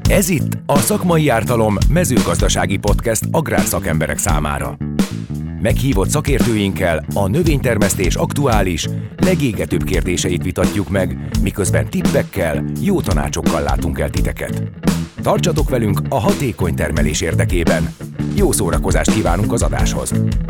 Ez itt a Szakmai Ártalom mezőgazdasági podcast agrárszakemberek számára. Meghívott szakértőinkkel a növénytermesztés aktuális, legégetőbb kérdéseit vitatjuk meg, miközben tippekkel, jó tanácsokkal látunk el titeket. Tartsatok velünk a hatékony termelés érdekében. Jó szórakozást kívánunk az adáshoz!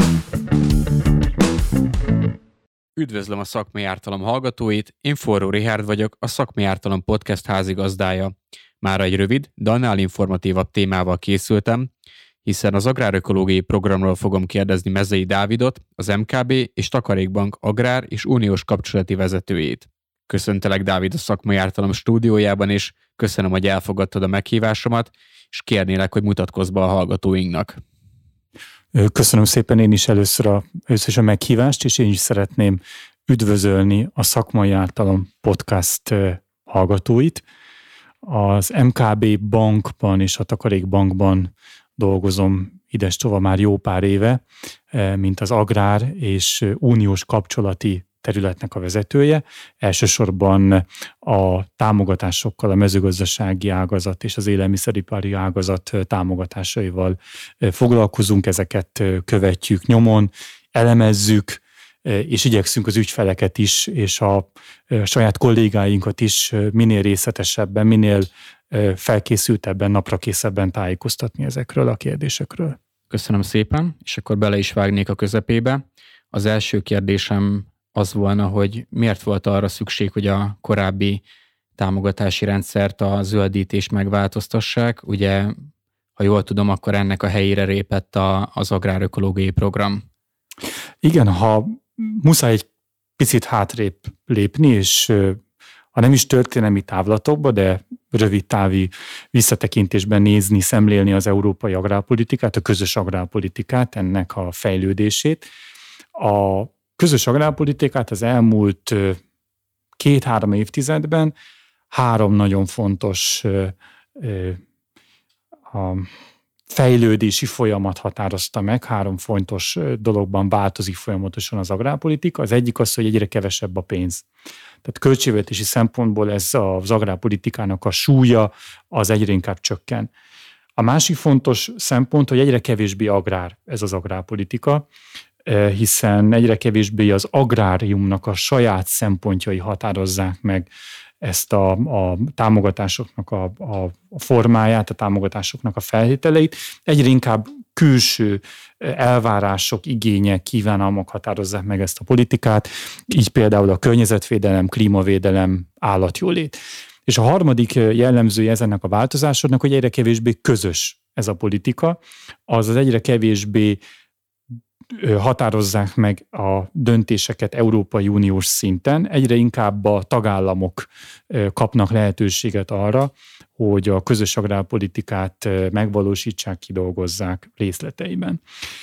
Üdvözlöm a Szakmai Ártalom hallgatóit, én Forró Richárd vagyok, a Szakmai Ártalom podcast házigazdája. Mára egy rövid, de annál informatívabb témával készültem, hiszen az agrárökológiai programról fogom kérdezni Mezei Dávidot, az MKB és Takarékbank agrár és uniós kapcsolati vezetőjét. Köszöntelek, Dávid, a Szakmai Ártalom stúdiójában, és köszönöm, hogy elfogadtad a meghívásomat, és kérnélek, hogy mutatkozz be a hallgatóinknak. Köszönöm szépen én is először is a meghívást, és én is szeretném üdvözölni a Szakmai Ártalom podcast hallgatóit. Az MKB bankban és a Takarékbankban dolgozom idestova már jó pár éve, mint az agrár és uniós kapcsolati területnek a vezetője. Elsősorban a támogatásokkal, a mezőgazdasági ágazat és az élelmiszeripari ágazat támogatásaival foglalkozunk, ezeket követjük nyomon, elemezzük, és igyekszünk az ügyfeleket is, és a saját kollégáinkat is minél részletesebben, minél felkészültebben, naprakészebben tájékoztatni ezekről a kérdésekről. Köszönöm szépen, és akkor bele is vágnék a közepébe. Az első kérdésem az volna, hogy miért volt arra szükség, hogy a korábbi támogatási rendszert, a zöldítést megváltoztassák. Ugye, ha jól tudom, akkor ennek a helyére lépett az agrárökológiai program. Igen, ha muszáj egy picit hátrébb lépni, és ha nem is történelmi távlatokba, de rövid távi visszatekintésben nézni, szemlélni az európai agrárpolitikát, a közös agrárpolitikát, ennek a fejlődését. A közös agrárpolitikát az elmúlt 2-3 évtizedben 3 nagyon fontos fejlődési folyamat határozta meg, 3 fontos dologban változik folyamatosan az agrárpolitika. Az egyik az, hogy egyre kevesebb a pénz. Tehát költségvetési szempontból ez az agrárpolitikának a súlya az egyre inkább csökken. A másik fontos szempont, hogy egyre kevésbé agrár ez az agrárpolitika, hiszen egyre kevésbé az agráriumnak a saját szempontjai határozzák meg ezt a támogatásoknak a formáját, a támogatásoknak a feltételeit. Egyre inkább külső elvárások, igények, kívánalmak határozzák meg ezt a politikát, így például a környezetvédelem, klímavédelem, állatjólét. És a harmadik jellemzője ennek a változásodnak, hogy egyre kevésbé közös ez a politika, azaz egyre kevésbé határozzák meg a döntéseket Európai Uniós szinten, egyre inkább a tagállamok kapnak lehetőséget arra, hogy a közös agrárpolitikát megvalósítsák, kidolgozzák részleteiben.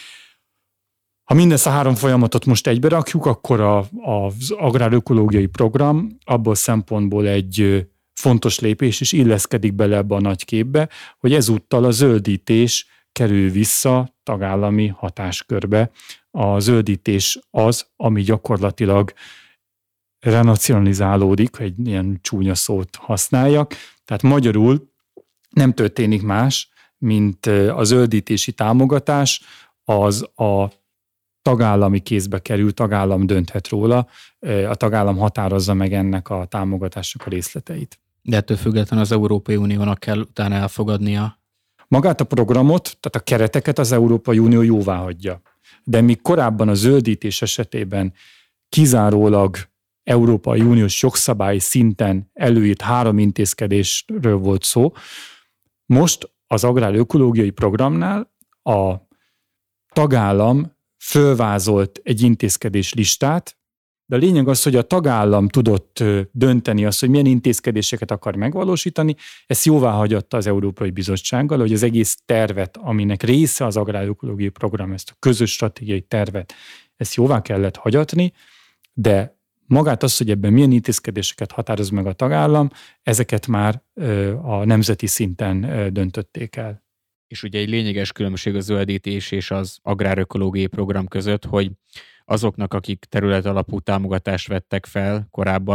Ha mindezt a 3 folyamatot most egybe rakjuk, akkor az agrárökológiai program abból szempontból egy fontos lépés, és illeszkedik bele ebbe a nagy képbe, hogy ezúttal a zöldítés kerül vissza tagállami hatáskörbe. A zöldítés az, ami gyakorlatilag renacionalizálódik, egy ilyen csúnya szót használjak. Tehát magyarul nem történik más, mint a zöldítési támogatás, az a tagállami kézbe kerül, tagállam dönthet róla, a tagállam határozza meg ennek a támogatásnak a részleteit. De ettől függetlenül az Európai Uniónak kell utána elfogadnia. Magát a programot, tehát a kereteket az Európai Unió jóváhagyja. De míg korábban a zöldítés esetében kizárólag Európai Uniós jogszabályi szinten előírt 3 intézkedésről volt szó, most az agrárökológiai programnál a tagállam fölvázolt egy intézkedés listát, de a lényeg az, hogy a tagállam tudott dönteni azt, hogy milyen intézkedéseket akar megvalósítani, ezt jóváhagyatta az Európai Bizottsággal, hogy az egész tervet, aminek része az agrárökológiai program, ezt a közös stratégiai tervet, ezt jóvá kellett hagyatni, de magát az, hogy ebben milyen intézkedéseket határoz meg a tagállam, ezeket már a nemzeti szinten döntötték el. És ugye egy lényeges különbség a zöldítés és az agrárökológiai program között, hogy azoknak, akik terület alapú támogatást vettek fel korábban,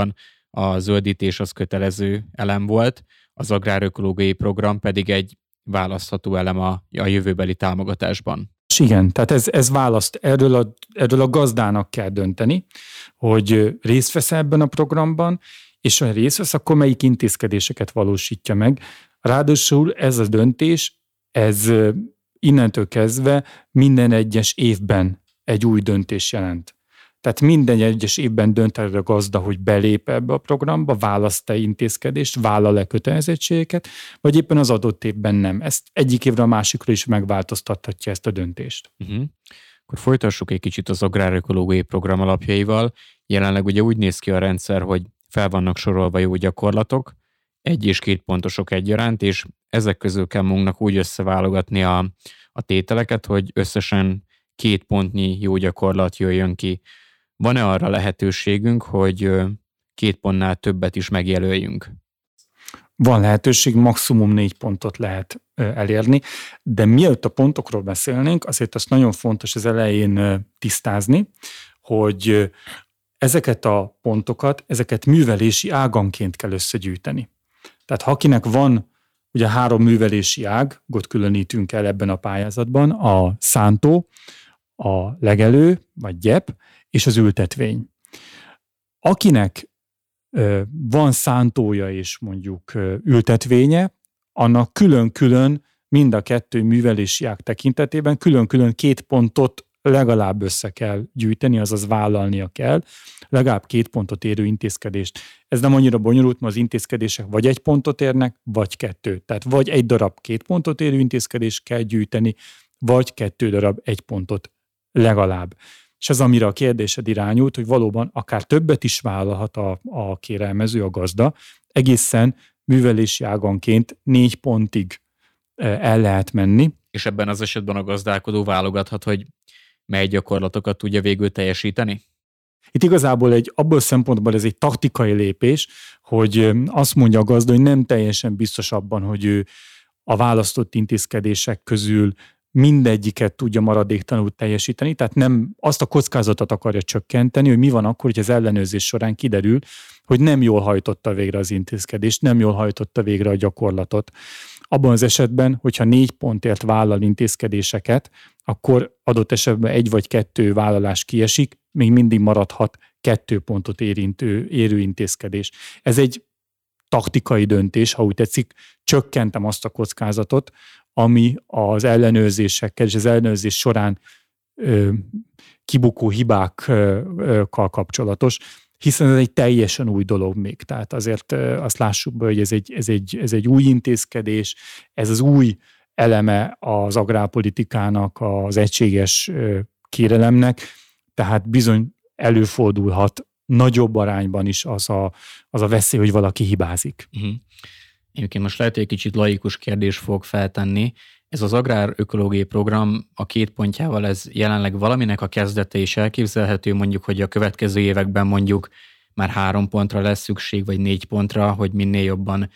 a zöldítés az kötelező elem volt, az agrárökológiai program pedig egy választható elem a jövőbeli támogatásban. Igen, tehát ez választ, erről a gazdának kell dönteni, hogy részt vesz ebben a programban, és ha részt vesz, akkor melyik intézkedéseket valósítja meg. Ráadásul ez a döntés, ez innentől kezdve minden egyes évben egy új döntés jelent. Tehát minden egyes évben dönt el a gazda, hogy belép ebbe a programba, választ-e intézkedést, vállal-e kötelezettségeket, vagy éppen az adott évben nem. Ezt egyik évre a másikra is megváltoztathatja ezt a döntést. Akkor folytassuk egy kicsit az agrárökológiai program alapjaival. Jelenleg ugye úgy néz ki a rendszer, hogy fel vannak sorolva jó gyakorlatok, 1 és 2 pontosok egyaránt, és ezek közül kell magunknak úgy összeválogatni a tételeket, hogy összesen 2 pontnyi jó gyakorlat jöjjön ki. Van-e arra lehetőségünk, hogy 2 pontnál többet is megjelöljünk? Van lehetőség, maximum 4 pontot lehet elérni, de mielőtt a pontokról beszélnénk, azért azt nagyon fontos az elején tisztázni, hogy ezeket a pontokat, ezeket művelési áganként kell összegyűjteni. Tehát ha akinek van ugye 3 művelési ágot különítünk el ebben a pályázatban, a szántó, a legelő, vagy gyep, és az ültetvény. Akinek van szántója és mondjuk ültetvénye, annak külön-külön mind a 2 művelési ág tekintetében külön-külön 2 pontot legalább össze kell gyűjteni, azaz vállalnia kell, legalább 2 pontot érő intézkedést. Ez nem annyira bonyolult, mert az intézkedések vagy 1 pontot érnek, vagy 2. Tehát vagy 1 darab 2 pontot érő intézkedést kell gyűjteni, vagy 2 darab 1 pontot legalább. És ez, amire a kérdésed irányult, hogy valóban akár többet is vállalhat a kérelmező, a gazda, egészen művelési áganként 4 pontig el lehet menni. És ebben az esetben a gazdálkodó válogathat, hogy mely gyakorlatokat tudja végül teljesíteni? Itt igazából abból szempontból ez egy taktikai lépés, hogy azt mondja a gazda, hogy nem teljesen biztos abban, hogy ő a választott intézkedések közül mindegyiket tudja maradéktalanul teljesíteni, tehát nem azt a kockázatot akarja csökkenteni, hogy mi van akkor, hogy az ellenőrzés során kiderül, hogy nem jól hajtotta végre az intézkedést, nem jól hajtotta végre a gyakorlatot. Abban az esetben, hogyha 4 pontért vállal intézkedéseket, akkor adott esetben 1 vagy 2 vállalás kiesik, még mindig maradhat 2 pontot érő intézkedés. Ez egy taktikai döntés, ha úgy tetszik, csökkentem azt a kockázatot, ami az ellenőrzésekkel és az ellenőrzés során kibukó hibákkal kapcsolatos, hiszen ez egy teljesen új dolog még. Tehát azért azt lássuk be, hogy ez egy új intézkedés, ez az új eleme az agrárpolitikának, az egységes kérelemnek, tehát bizony előfordulhat nagyobb arányban is az a veszély, hogy valaki hibázik. Egyébként most lehet, hogy egy kicsit laikus kérdést fogok feltenni. Ez az agrárökológiai program a 2 pontjával, ez jelenleg valaminek a kezdete is elképzelhető, mondjuk, hogy a következő években mondjuk már 3 pontra lesz szükség, vagy 4 pontra, hogy minél jobban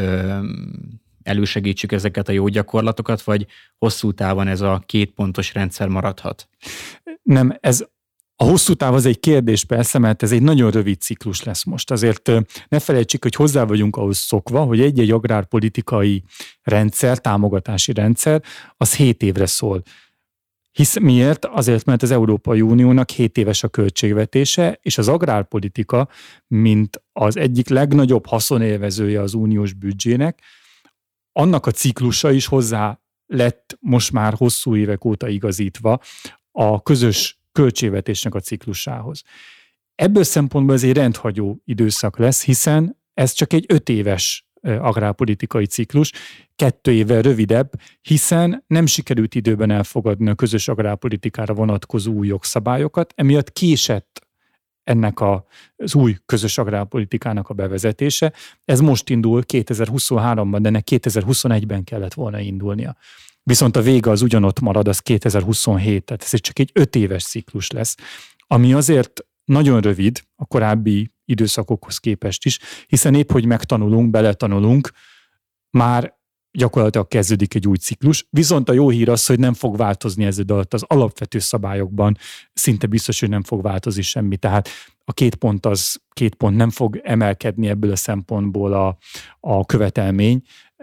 elősegítsük ezeket a jó gyakorlatokat, vagy hosszú távon ez a 2 pontos rendszer maradhat? Nem, a hosszú táv az egy kérdés persze, mert ez egy nagyon rövid ciklus lesz most. Azért ne felejtsük, hogy hozzá vagyunk ahhoz szokva, hogy egy-egy agrárpolitikai rendszer, támogatási rendszer, az 7 évre szól. Miért? Azért, mert az Európai Uniónak 7 éves a költségvetése, és az agrárpolitika, mint az egyik legnagyobb haszonélvezője az uniós büdzsének, annak a ciklusa is hozzá lett most már hosszú évek óta igazítva a közös költségvetésnek a ciklusához. Ebből szempontból ez egy rendhagyó időszak lesz, hiszen ez csak egy 5 éves agrárpolitikai ciklus, 2 évvel rövidebb, hiszen nem sikerült időben elfogadni a közös agrárpolitikára vonatkozó új jogszabályokat, emiatt késett ennek az új közös agrárpolitikának a bevezetése. Ez most indul 2023-ban, de ennek 2021-ben kellett volna indulnia. Viszont a vége az ugyanott marad, az 2027, tehát ez csak egy 5 éves ciklus lesz, ami azért nagyon rövid a korábbi időszakokhoz képest is, hiszen épp, hogy megtanulunk, beletanulunk, már gyakorlatilag kezdődik egy új ciklus. Viszont a jó hír az, hogy nem fog változni ez alatt az alapvető szabályokban, szinte biztos, hogy nem fog változni semmi. Tehát a 2 pont nem fog emelkedni ebből a szempontból a követelmény.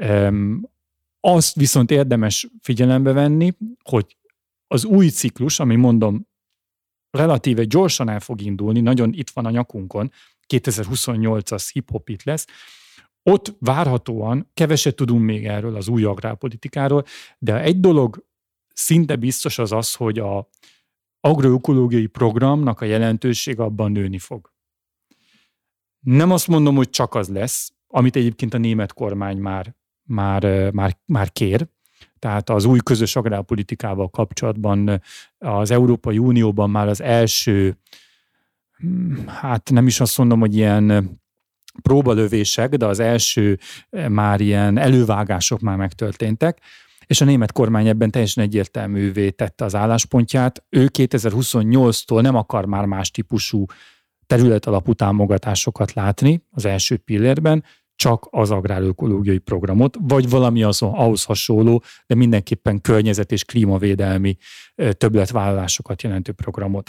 Azt viszont érdemes figyelembe venni, hogy az új ciklus, ami mondom, relatíve gyorsan el fog indulni, nagyon itt van a nyakunkon, 2028-as hip-hop itt lesz, ott várhatóan keveset tudunk még erről az új agrárpolitikáról, de egy dolog szinte biztos az, hogy az agroökológiai programnak a jelentőség abban nőni fog. Nem azt mondom, hogy csak az lesz, amit egyébként a német kormány már kér. Tehát az új közös agrárpolitikával kapcsolatban az Európai Unióban már az első, hát nem is azt mondom, hogy ilyen próbalövések, de az első már ilyen elővágások már megtörténtek, és a német kormány ebben teljesen egyértelművé tette az álláspontját. Ő 2028-tól nem akar már más típusú területalapú támogatásokat látni az első pillérben, csak az agrárökológiai programot, vagy valami ahhoz hasonló, de mindenképpen környezet- és klímavédelmi többletvállalásokat jelentő programot.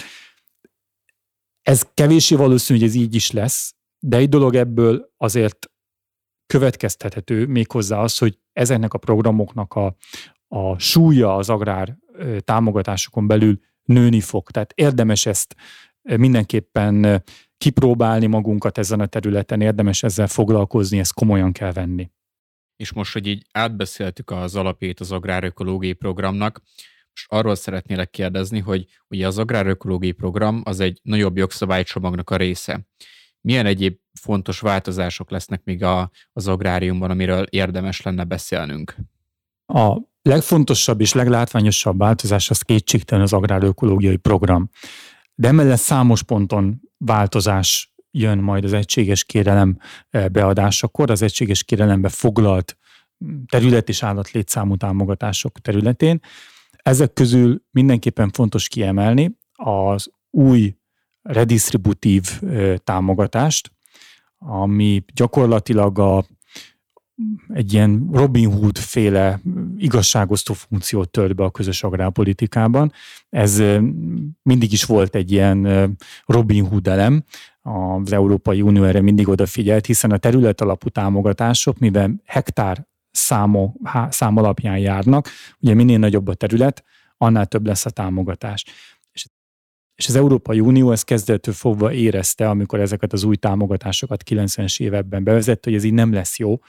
Ez kevéssé valószínű, hogy ez így is lesz, de egy dolog ebből azért következtethető, méghozzá az, hogy ezeknek a programoknak a súlya az agrár támogatásokon belül nőni fog. Tehát érdemes ezt mindenképpen kipróbálni magunkat ezen a területen, érdemes ezzel foglalkozni, ezt komolyan kell venni. És most, hogy így átbeszéltük az alapjait az agrárökológiai programnak, most arról szeretnélek kérdezni, hogy ugye az agrárökológiai program az egy nagyobb jogszabálycsomagnak a része. Milyen egyéb fontos változások lesznek még az agráriumban, amiről érdemes lenne beszélnünk? A legfontosabb és leglátványosabb változás az kétségtelen az agrárökológiai program. De emellett számos ponton változás jön majd az egységes kérelem beadásakor, az egységes kérelembe foglalt terület és állatlétszámú támogatások területén. Ezek közül mindenképpen fontos kiemelni az új redistributív támogatást, ami gyakorlatilag egy ilyen Robin Hood féle igazságosztó funkciót tölt be a közös agrárpolitikában. Ez mindig is volt egy ilyen Robin Hood elem, az Európai Unió erre mindig odafigyelt, hiszen a terület alapú támogatások, mivel hektár szám alapján járnak, ugye minél nagyobb a terület, annál több lesz a támogatás. És az Európai Unió ezt kezdettől fogva érezte, amikor ezeket az új támogatásokat 90-es években bevezette, hogy ez így nem lesz jó,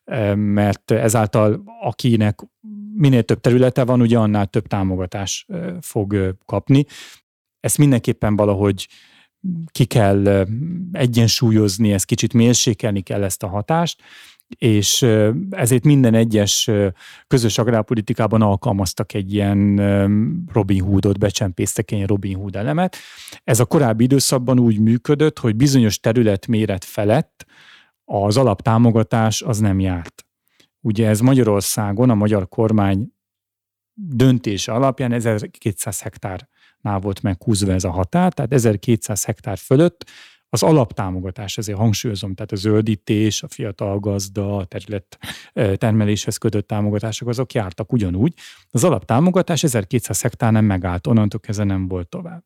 mert ezáltal akinek minél több területe van, ugye annál több támogatás fog kapni. Ezt mindenképpen valahogy ki kell egyensúlyozni, ezt kicsit mérsékelni kell ezt a hatást, és ezért minden egyes közös agrárpolitikában alkalmaztak egy ilyen Robin Hoodot, becsempésztek egy Robin Hood elemet. Ez a korábbi időszakban úgy működött, hogy bizonyos területméret felett az alaptámogatás az nem járt. Ugye ez Magyarországon a magyar kormány döntése alapján 1200 hektárnál volt meghúzva ez a határ, tehát 1200 hektár fölött az alaptámogatás, ezért hangsúlyozom, tehát a zöldítés, a fiatal gazda, a terület termeléshez kötött támogatások, azok jártak ugyanúgy. Az alaptámogatás 1200 hektár nem megállt, onnantól kezdve nem volt tovább.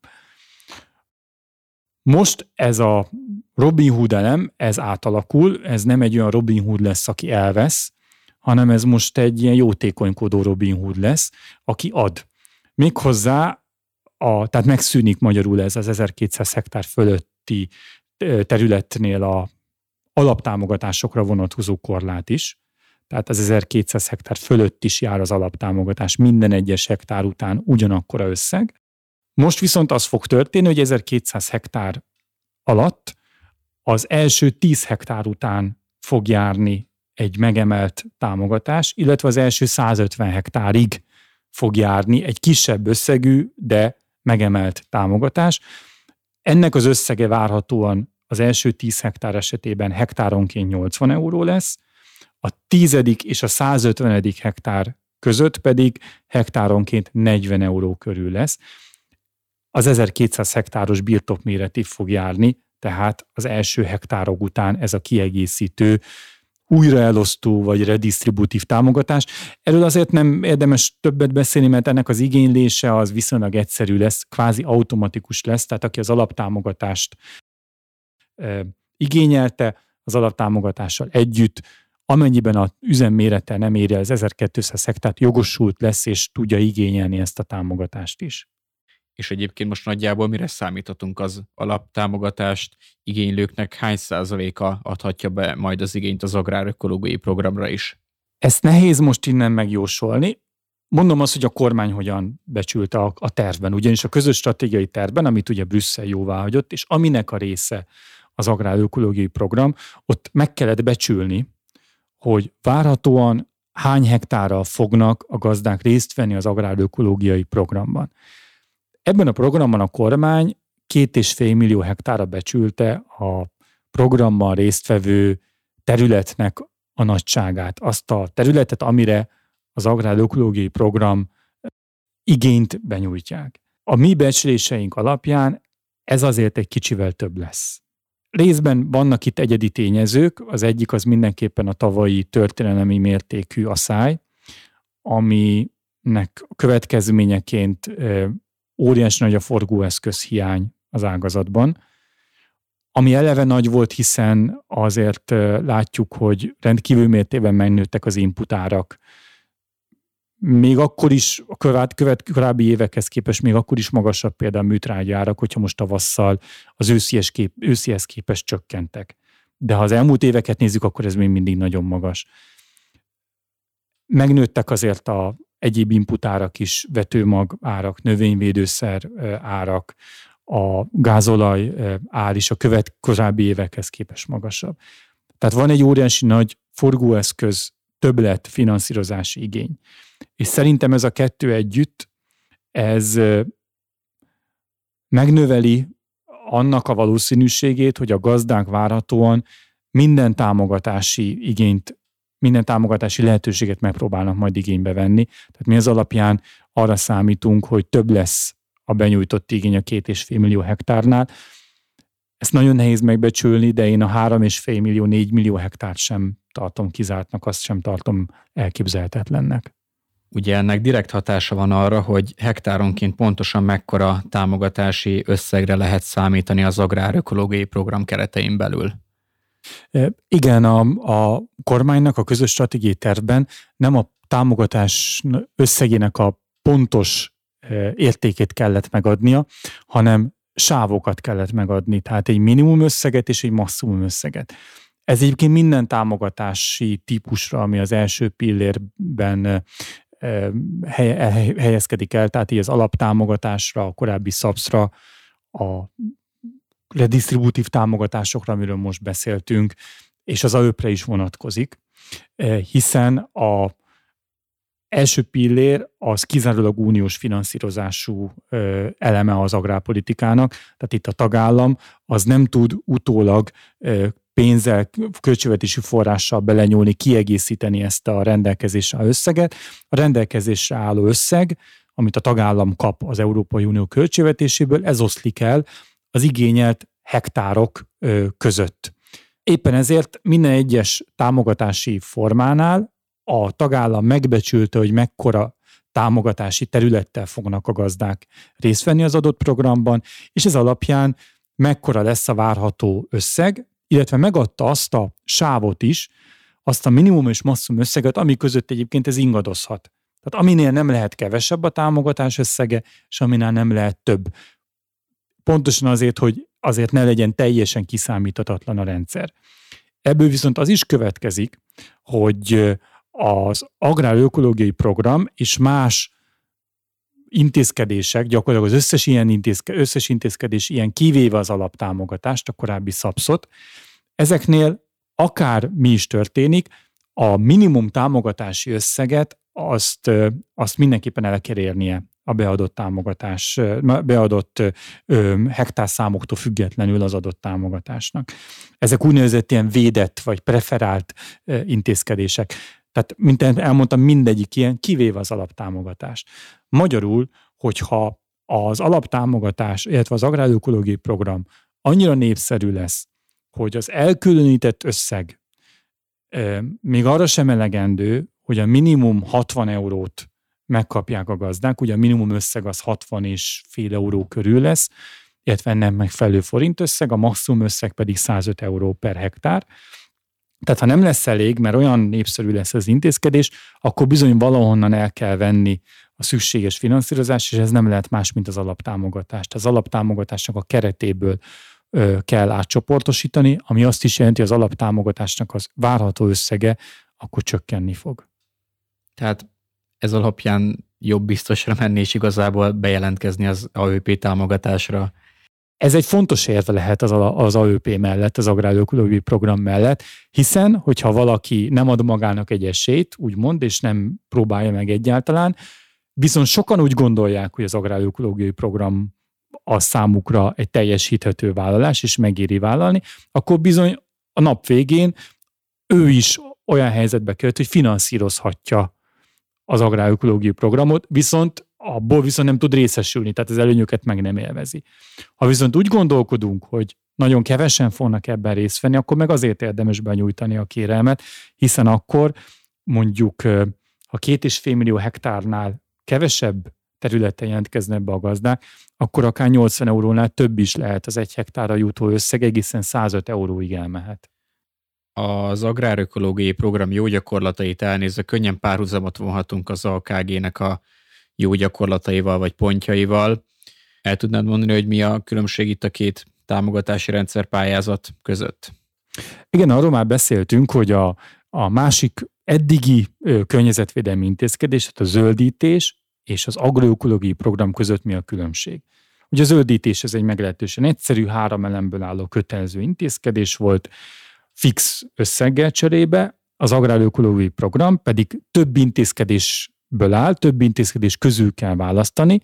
Most ez a Robin Hood elem, ez átalakul, ez nem egy olyan Robin Hood lesz, aki elvesz, hanem ez most egy ilyen jótékonykodó Robin Hood lesz, aki ad. Méghozzá, tehát megszűnik magyarul ez az 1200 hektár fölötti területnél a alaptámogatásokra vonatkozó korlát is, tehát az 1200 hektár fölött is jár az alaptámogatás minden egyes hektár után ugyanakkora összeg. Most viszont az fog történni, hogy 1200 hektár alatt az első 10 hektár után fog járni egy megemelt támogatás, illetve az első 150 hektárig fog járni egy kisebb összegű, de megemelt támogatás. Ennek az összege várhatóan az első 10 hektár esetében hektáronként 80 euró lesz, a 10. és a 150. hektár között pedig hektáronként 40 euró körül lesz. Az 1200 hektáros birtokméretig fog járni, tehát az első hektárok után ez a kiegészítő újraelosztó vagy redisztributív támogatás. Erről azért nem érdemes többet beszélni, mert ennek az igénylése az viszonylag egyszerű lesz, kvázi automatikus lesz, tehát aki az alaptámogatást igényelte, az alaptámogatással együtt, amennyiben az üzem mérete nem éri el az 1200 hektárt, jogosult lesz és tudja igényelni ezt a támogatást is. És egyébként most nagyjából mire számíthatunk az alaptámogatást igénylőknek, hány százaléka adhatja be majd az igényt az agrárökológiai programra is? Ezt nehéz most innen megjósolni. Mondom azt, hogy a kormány hogyan becsülte a tervben, ugyanis a közös stratégiai tervben, amit ugye Brüsszel jóváhagyott, és aminek a része az agrárökológiai program, ott meg kellett becsülni, hogy várhatóan hány hektárral fognak a gazdák részt venni az agrárökológiai programban. Ebben a programban a kormány 2,5 millió hektárra becsülte a programban résztvevő területnek a nagyságát. Azt a területet, amire az agrárökológiai program igényt benyújtják. A mi becsléseink alapján ez azért egy kicsivel több lesz. Részben vannak itt egyedi tényezők, az egyik az mindenképpen a tavalyi történelmi mértékű aszály, aminek következményeként óriási nagy a forgóeszköz hiány az ágazatban, ami eleve nagy volt, hiszen azért látjuk, hogy rendkívül mértékben megnőttek az inputárak. Még akkor is, a korábbi évekhez képest még akkor is magasabb például a műtrágyárak, hogyha most tavasszal az őszihez képest csökkentek. De ha az elmúlt éveket nézzük, akkor ez még mindig nagyon magas. Megnőttek azért a egyéb inputárak is, vetőmag árak, növényvédőszer árak, a gázolaj ár is a korábbi évekhez képest magasabb. Tehát van egy óriási nagy forgóeszköz többlet finanszírozási igény. És szerintem ez a kettő együtt, ez megnöveli annak a valószínűségét, hogy a gazdák várhatóan minden támogatási lehetőséget megpróbálnak majd igénybe venni. Tehát mi az alapján arra számítunk, hogy több lesz a benyújtott igény a 2,5 millió hektárnál. Ezt nagyon nehéz megbecsülni, de én a 3,5 millió, 4 millió hektárt sem tartom kizártnak, azt sem tartom elképzelhetetlennek. Ugye ennek direkt hatása van arra, hogy hektáronként pontosan mekkora támogatási összegre lehet számítani az agrárökológiai program keretein belül. Igen, a kormánynak a közös stratégiai tervben nem a támogatás összegének a pontos értékét kellett megadnia, hanem sávokat kellett megadni, tehát egy minimum összeget és egy maximum összeget. Ez egyébként minden támogatási típusra, ami az első pillérben helyezkedik el, tehát így az alaptámogatásra, a korábbi SZAPS-ra, a redisztributív támogatásokra, amiről most beszéltünk, és az AÖP-re is vonatkozik, hiszen az első pillér az kizárólag uniós finanszírozású eleme az agrárpolitikának, tehát itt a tagállam az nem tud utólag pénzzel, költségvetési forrással belenyúlni, kiegészíteni ezt a rendelkezésre álló összeget. A rendelkezésre álló összeg, amit a tagállam kap az Európai Unió költségvetéséből, ez oszlik el az igényelt hektárok között. Éppen ezért minden egyes támogatási formánál a tagállam megbecsülte, hogy mekkora támogatási területtel fognak a gazdák részt venni az adott programban, és ez alapján mekkora lesz a várható összeg, illetve megadta azt a sávot is, azt a minimum és maximum összeget, ami között egyébként ez ingadozhat. Tehát aminél nem lehet kevesebb a támogatás összege, és aminél nem lehet több. Pontosan azért, hogy azért ne legyen teljesen kiszámíthatatlan a rendszer. Ebből viszont az is következik, hogy az agrárökológiai program és más intézkedések, gyakorlatilag az összes intézkedés ilyen kivéve az alaptámogatást, a korábbi SZAPS-ot, ezeknél akár mi is történik, a minimum támogatási összeget azt mindenképpen el kell érnie a beadott hektárszámoktól függetlenül az adott támogatásnak. Ezek úgynevezett ilyen védett vagy preferált intézkedések. Tehát, mint elmondtam, mindegyik ilyen, kivéve az alaptámogatást. Magyarul, hogyha az alaptámogatás, illetve az agrárökológiai program annyira népszerű lesz, hogy az elkülönített összeg még arra sem elegendő, hogy a minimum 60 eurót megkapják a gazdák, ugye a minimum összeg az 60,5 euró körül lesz, illetve nem megfelelő forint összeg, a maximum összeg pedig 105 euró per hektár. Tehát ha nem lesz elég, mert olyan népszerű lesz az intézkedés, akkor bizony valahonnan el kell venni a szükséges finanszírozás, és ez nem lehet más, mint az alaptámogatást. Az alaptámogatásnak a keretéből kell átcsoportosítani, ami azt is jelenti, hogy az alaptámogatásnak az várható összege akkor csökkenni fog. Tehát ez alapján jobb biztosra menni, és igazából bejelentkezni az AÖP támogatásra. Ez egy fontos érve lehet az AÖP mellett, az Agrárökológiai Program mellett, hiszen, hogyha valaki nem ad magának egy esélyt, úgymond, és nem próbálja meg egyáltalán, viszont sokan úgy gondolják, hogy az Agrárökológiai Program a számukra egy teljesíthető vállalás, és megéri vállalni, akkor bizony a nap végén ő is olyan helyzetbe került, hogy finanszírozhatja az Agrárökológiai Programot, viszont abból viszont nem tud részesülni, tehát az előnyöket meg nem élvezi. Ha viszont úgy gondolkodunk, hogy nagyon kevesen fognak ebben részt venni, akkor meg azért érdemes benyújtani a kérelmet, hiszen akkor mondjuk, ha 2,5 millió hektárnál kevesebb területen jelentkeznek be a gazdák, akkor akár 80 eurónál több is lehet az 1 hektárra jutó összeg, egészen 105 euróig elmehet. Az Agrárökológiai Program jó gyakorlatait elnézve könnyen párhuzamot vonhatunk az AKG-nek a jó gyakorlataival vagy pontjaival. El tudnád mondani, hogy mi a különbség itt a két támogatási rendszerpályázat között? Igen, arról már beszéltünk, hogy a másik eddigi környezetvédelmi intézkedés, tehát a zöldítés és az agroökológiai program között mi a különbség. Ugye a zöldítés ez egy meglehetősen egyszerű, 3 elemből álló kötelező intézkedés volt, fix összeggel cserébe, az agrárökológiai program pedig több intézkedésből áll, több intézkedés közül kell választani,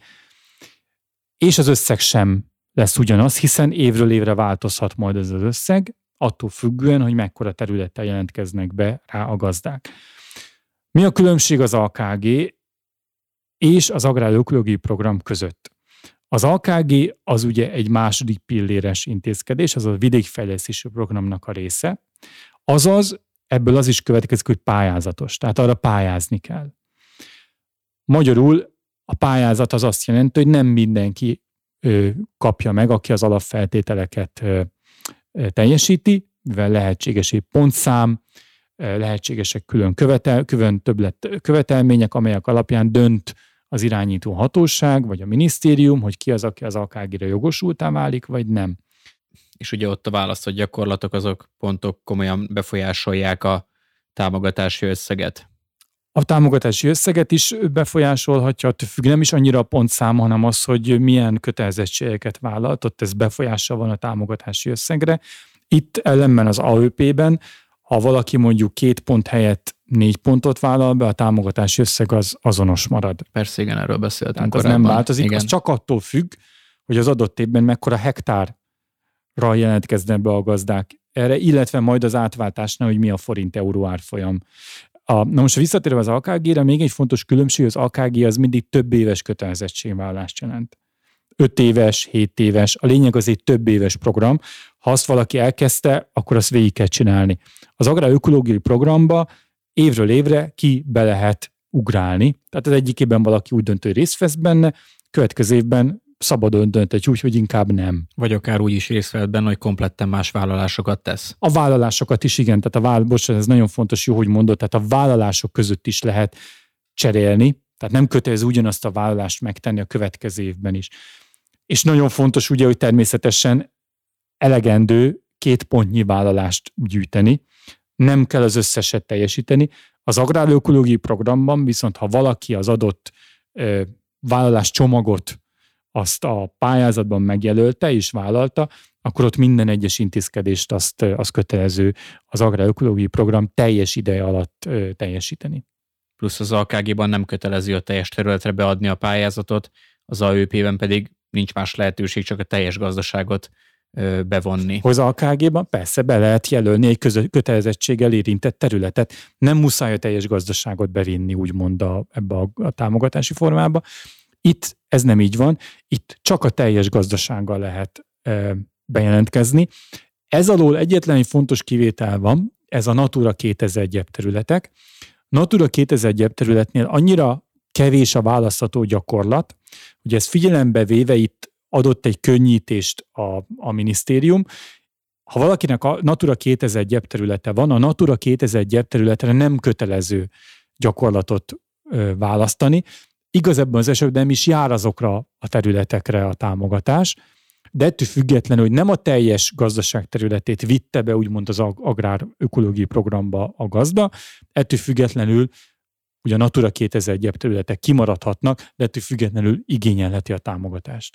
és az összeg sem lesz ugyanaz, hiszen évről évre változhat majd ez az összeg, attól függően, hogy mekkora területtel jelentkeznek be rá a gazdák. Mi a különbség az AKG és az agrárökológiai program között? Az AKG az ugye egy második pilléres intézkedés, az a vidékfejlesztési programnak a része, azaz ebből az is következik, hogy pályázatos, tehát arra pályázni kell. Magyarul a pályázat az azt jelenti, hogy nem mindenki kapja meg, aki az alapfeltételeket teljesíti, mivel lehetséges egy pontszám, lehetségesek külön többlet követelmények, amelyek alapján dönt az irányító hatóság, vagy a minisztérium, hogy ki az, aki az AKG-re jogosultá válik, vagy nem. És ugye ott a választott gyakorlatok, azok pontok komolyan befolyásolják a támogatási összeget. A támogatási összeget is befolyásolhatja, attól függ, nem is annyira a pontszám, hanem az, hogy milyen kötelezettségeket vállalt, ott ez befolyással van a támogatási összegre. Itt ellenben az AÖP-ben, ha valaki mondjuk 2 pont helyett 4 pontot vállal be, a támogatási összeg az azonos marad. Persze, igen, erről beszéltünk tehát korábban. Az nem változik, igen. Az csak attól függ, hogy az adott évben mekkora hektárra jelentkeznek be a gazdák erre, illetve majd az átváltásnál, hogy mi a forint-euró árfolyam. Na most visszatérve az AKG-re, még egy fontos különbség, az AKG az mindig több éves kötelezettségvállalást jelent. 5 éves, 7 éves, a lényeg az egy több éves program. Ha azt valaki elkezdte, akkor azt végig kell csinálni. Az agrárökológiai programba évről évre ki be lehet ugrálni. Tehát az egyik évben valaki úgy dönt, hogy részt vesz benne, következő évben szabadon dönt úgy, hogy inkább nem. Vagy akár úgy is részt vett benne, hogy kompletten más vállalásokat tesz. A vállalásokat is, igen. Tehát ez nagyon fontos, jó, hogy mondod, tehát a vállalások között is lehet cserélni, tehát nem kötelező ugyanazt a vállalást megtenni a következő évben is. És nagyon fontos ugye, hogy természetesen elegendő 2 pontnyi vállalást gyűjteni, nem kell az összeset teljesíteni. Az agrárökológiai programban viszont, ha valaki az adott vállalás csomagot azt a pályázatban megjelölte és vállalta, akkor ott minden egyes intézkedést azt kötelező az agrárökológiai program teljes ideje alatt teljesíteni. Plusz az AKG-ban nem kötelező a teljes területre beadni a pályázatot, az AÖP-ben pedig nincs más lehetőség, csak a teljes gazdaságot bevonni. Az AKG-ban persze be lehet jelölni egy kötelezettséggel érintett területet. Nem muszáj a teljes gazdaságot bevinni, úgymond ebbe a támogatási formába. Itt ez nem így van, itt csak a teljes gazdasággal lehet bejelentkezni. Ez alól egyetlen egy fontos kivétel van, ez a Natura 2000 gyepterületek. Natura 2000 gyepterületnél annyira kevés a választható gyakorlat, hogy ezt figyelembe véve itt adott egy könnyítést a minisztérium. Ha valakinek a Natura 2000 gyepterülete van, a Natura 2000 gyepterületre nem kötelező gyakorlatot választani. Igaz, ebben az esetben is jár azokra a területekre a támogatás, de ettől függetlenül, hogy nem a teljes gazdaság területét vitte be úgymond az agrár-ökológiai programba a gazda, ettől függetlenül ugye a Natura 2000 gyepterületek kimaradhatnak, de ettől függetlenül igényelheti a támogatást.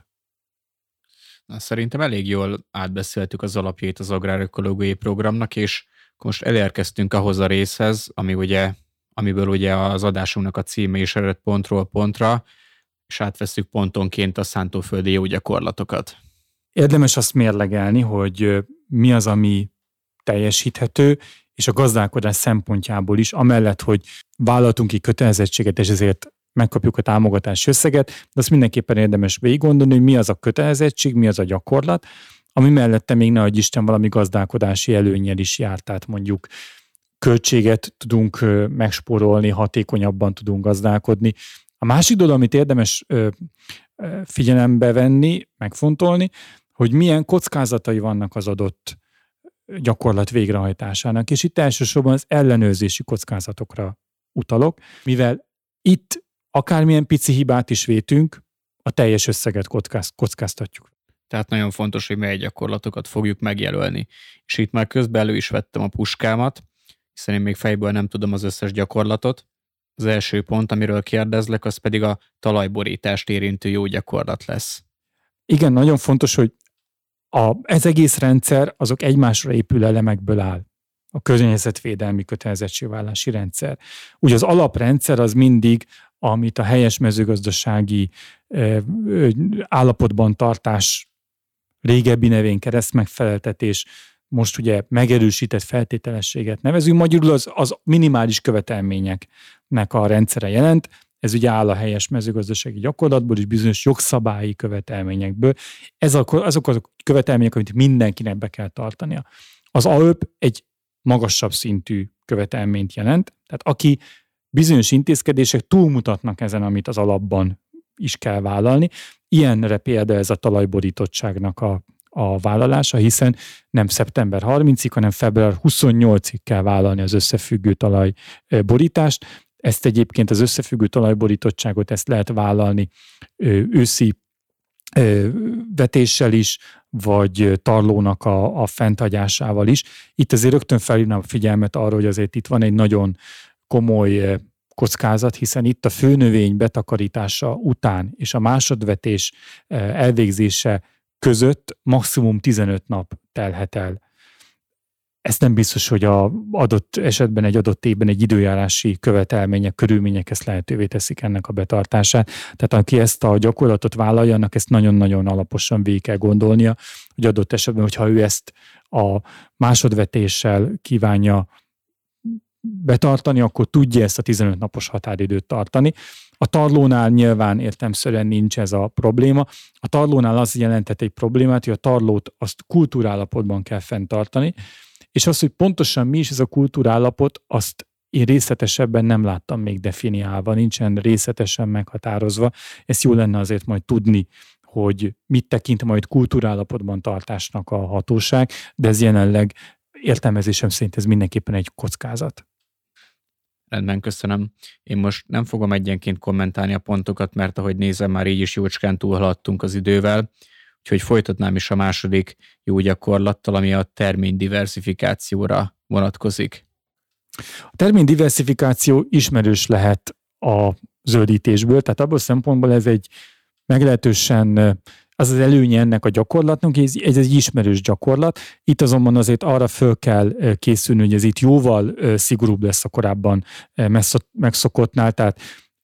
Na, szerintem elég jól átbeszéltük az alapjait az agrár-ökológiai programnak, és most elérkeztünk ahhoz a részhez, amiből ugye az adásunknak a címe is ered pontról pontra, és átveszünk pontonként a szántóföldi jó gyakorlatokat. Érdemes azt mérlegelni, hogy mi az, ami teljesíthető, és a gazdálkodás szempontjából is, amellett, hogy vállaltunk ki kötelezettséget, és ezért megkapjuk a támogatási összeget, de azt mindenképpen érdemes végiggondolni, hogy mi az a kötelezettség, mi az a gyakorlat, ami mellette még nehogy Isten valami gazdálkodási előnnyel is jár, tehát mondjuk költséget tudunk megspórolni, hatékonyabban tudunk gazdálkodni. A másik dolog, amit érdemes figyelembe venni, megfontolni, hogy milyen kockázatai vannak az adott gyakorlat végrehajtásának, és itt elsősorban az ellenőrzési kockázatokra utalok, mivel itt akármilyen pici hibát is vétünk, a teljes összeget kockáztatjuk. Tehát nagyon fontos, hogy mely gyakorlatokat fogjuk megjelölni. És itt már közben elő is vettem a puskámat, hiszen én még fejből nem tudom az összes gyakorlatot. Az első pont, amiről kérdezlek, az pedig a talajborítást érintő jó gyakorlat lesz. Igen, nagyon fontos, hogy ez egész rendszer azok egymásra épülő elemekből áll. A környezetvédelmi kötelezettségvállalási rendszer. Ugye az alaprendszer az mindig, amit a helyes mezőgazdasági állapotban tartás, régebbi nevén keresztmegfeleltetés, most ugye megerősített feltételességet nevezünk, magyarul az minimális követelményeknek a rendszere jelent. Ez ugye áll a helyes mezőgazdasági gyakorlatból és bizonyos jogszabályi követelményekből. Azok a követelmények, amit mindenkinek be kell tartania. Az AÖP egy magasabb szintű követelményt jelent, tehát aki bizonyos intézkedések túlmutatnak ezen, amit az alapban is kell vállalni. Ilyenre például ez a talajborítottságnak a vállalása, hiszen nem szeptember 30-ig, hanem február 28-ig kell vállalni az összefüggő talajborítást. Ezt egyébként az összefüggő talajborítottságot ezt lehet vállalni őszi vetéssel is, vagy tarlónak a fennhagyásával is. Itt azért rögtön felhívnám a figyelmet arra, hogy azért itt van egy nagyon komoly kockázat, hiszen itt a főnövény betakarítása után és a másodvetés elvégzése között maximum 15 nap telhet el. Ez nem biztos, hogy az adott esetben egy adott évben egy időjárási követelmények, körülmények ezt lehetővé teszik ennek a betartását. Tehát aki ezt a gyakorlatot vállalja, annak ezt nagyon-nagyon alaposan végig kell gondolnia, hogy adott esetben, hogyha ő ezt a másodvetéssel kívánja betartani, akkor tudja ezt a 15 napos határidőt tartani. A tarlónál nyilván értelemszerűen nincs ez a probléma. A tarlónál az jelentett egy problémát, hogy a tarlót azt kultúrállapotban kell fenntartani, és az, hogy pontosan mi is ez a kultúrállapot, azt én részletesebben nem láttam még definiálva, nincsen részletesen meghatározva. Ezt jó lenne azért majd tudni, hogy mit tekint majd kultúrállapotban tartásnak a hatóság, de ez jelenleg értelmezésem szerint ez mindenképpen egy kockázat. Rendben, köszönöm. Én most nem fogom egyenként kommentálni a pontokat, mert ahogy nézem, már így is jócskán túlhaladtunk az idővel, úgyhogy folytatnám is a második jó gyakorlattal, ami a terménydiversifikációra vonatkozik. A terménydiversifikáció ismerős lehet a zöldítésből, tehát abból a szempontból ez egy meglehetősen az előnye ennek a gyakorlatnak, ez egy ismerős gyakorlat. Itt azonban azért arra föl kell készülni, hogy ez itt jóval szigorúbb lesz a korábban megszokottnál, tehát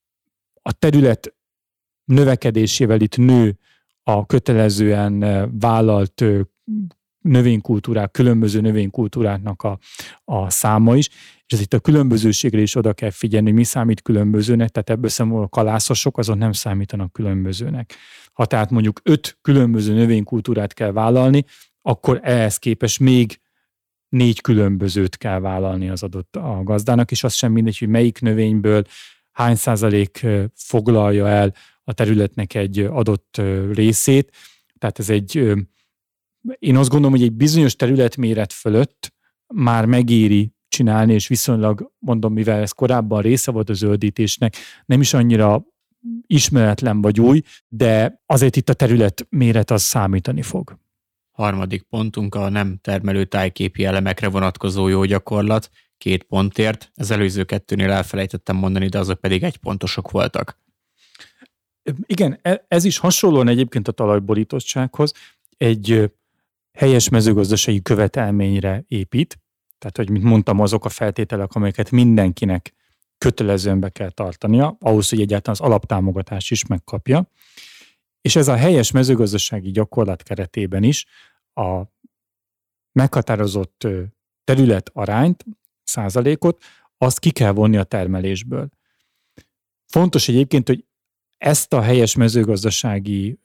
a terület növekedésével itt nő a kötelezően vállalt növénykultúrák, különböző növénykultúráknak a száma is, és ez itt a különbözőségre is oda kell figyelni, hogy mi számít különbözőnek, tehát ebből szemben a kalászosok azon nem számítanak különbözőnek. Ha tehát mondjuk 5 különböző növénykultúrát kell vállalni, akkor ehhez képest még 4 különbözőt kell vállalni az adott a gazdának, és az sem mindegy, hogy melyik növényből hány százalék foglalja el a területnek egy adott részét. Tehát ez én azt gondolom, hogy egy bizonyos területméret fölött már megéri csinálni, és viszonylag, mondom, mivel ez korábban része volt a zöldítésnek, nem is annyira ismeretlen vagy új, de azért itt a területméret az számítani fog. Harmadik pontunk a nem termelő tájképi elemekre vonatkozó jó gyakorlat, 2 pontért. Az előző 2-nél elfelejtettem mondani, de azok pedig 1 pontosok voltak. Igen, ez is hasonlóan egyébként a talajborítottsághoz egy helyes mezőgazdasági követelményre épít. Tehát, hogy mint mondtam, azok a feltételek, amelyeket mindenkinek kötelezően be kell tartania, ahhoz, hogy egyáltalán az alaptámogatást is megkapja. És ez a helyes mezőgazdasági gyakorlat keretében is a meghatározott terület arányt, százalékot, azt ki kell vonni a termelésből. Fontos egyébként, hogy ezt a helyes mezőgazdasági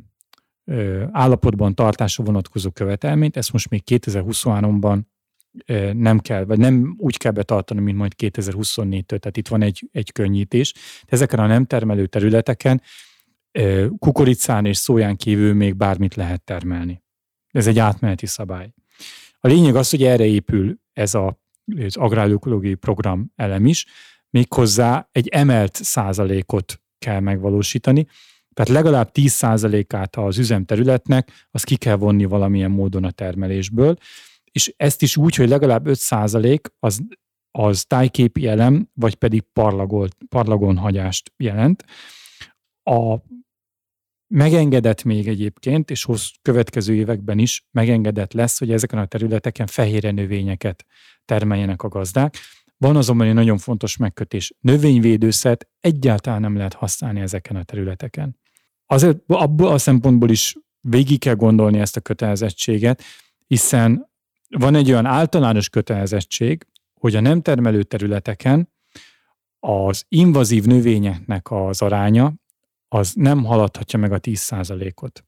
állapotban tartásra vonatkozó követelményt, ezt most még 2023-ban nem kell, vagy nem úgy kell betartani, mint majd 2024-től, tehát itt van egy könnyítés. Ezeken a nem termelő területeken kukoricán és szóján kívül még bármit lehet termelni. Ez egy átmeneti szabály. A lényeg az, hogy erre épül ez az agrárökológiai program elem is, méghozzá egy emelt százalékot kell megvalósítani, tehát legalább 10%-át az üzemterületnek azt ki kell vonni valamilyen módon a termelésből, és ezt is úgy, hogy legalább 5% az tájképi elem, vagy pedig parlagonhagyást jelent. A megengedett még egyébként, és következő években is megengedett lesz, hogy ezeken a területeken fehérje növényeket termeljenek a gazdák. Van azonban egy nagyon fontos megkötés. Növényvédőszert egyáltalán nem lehet használni ezeken a területeken. Azért abból a szempontból is végig kell gondolni ezt a kötelezettséget, hiszen van egy olyan általános kötelezettség, hogy a nem termelő területeken az invazív növényeknek az aránya az nem haladhatja meg a 10%-ot.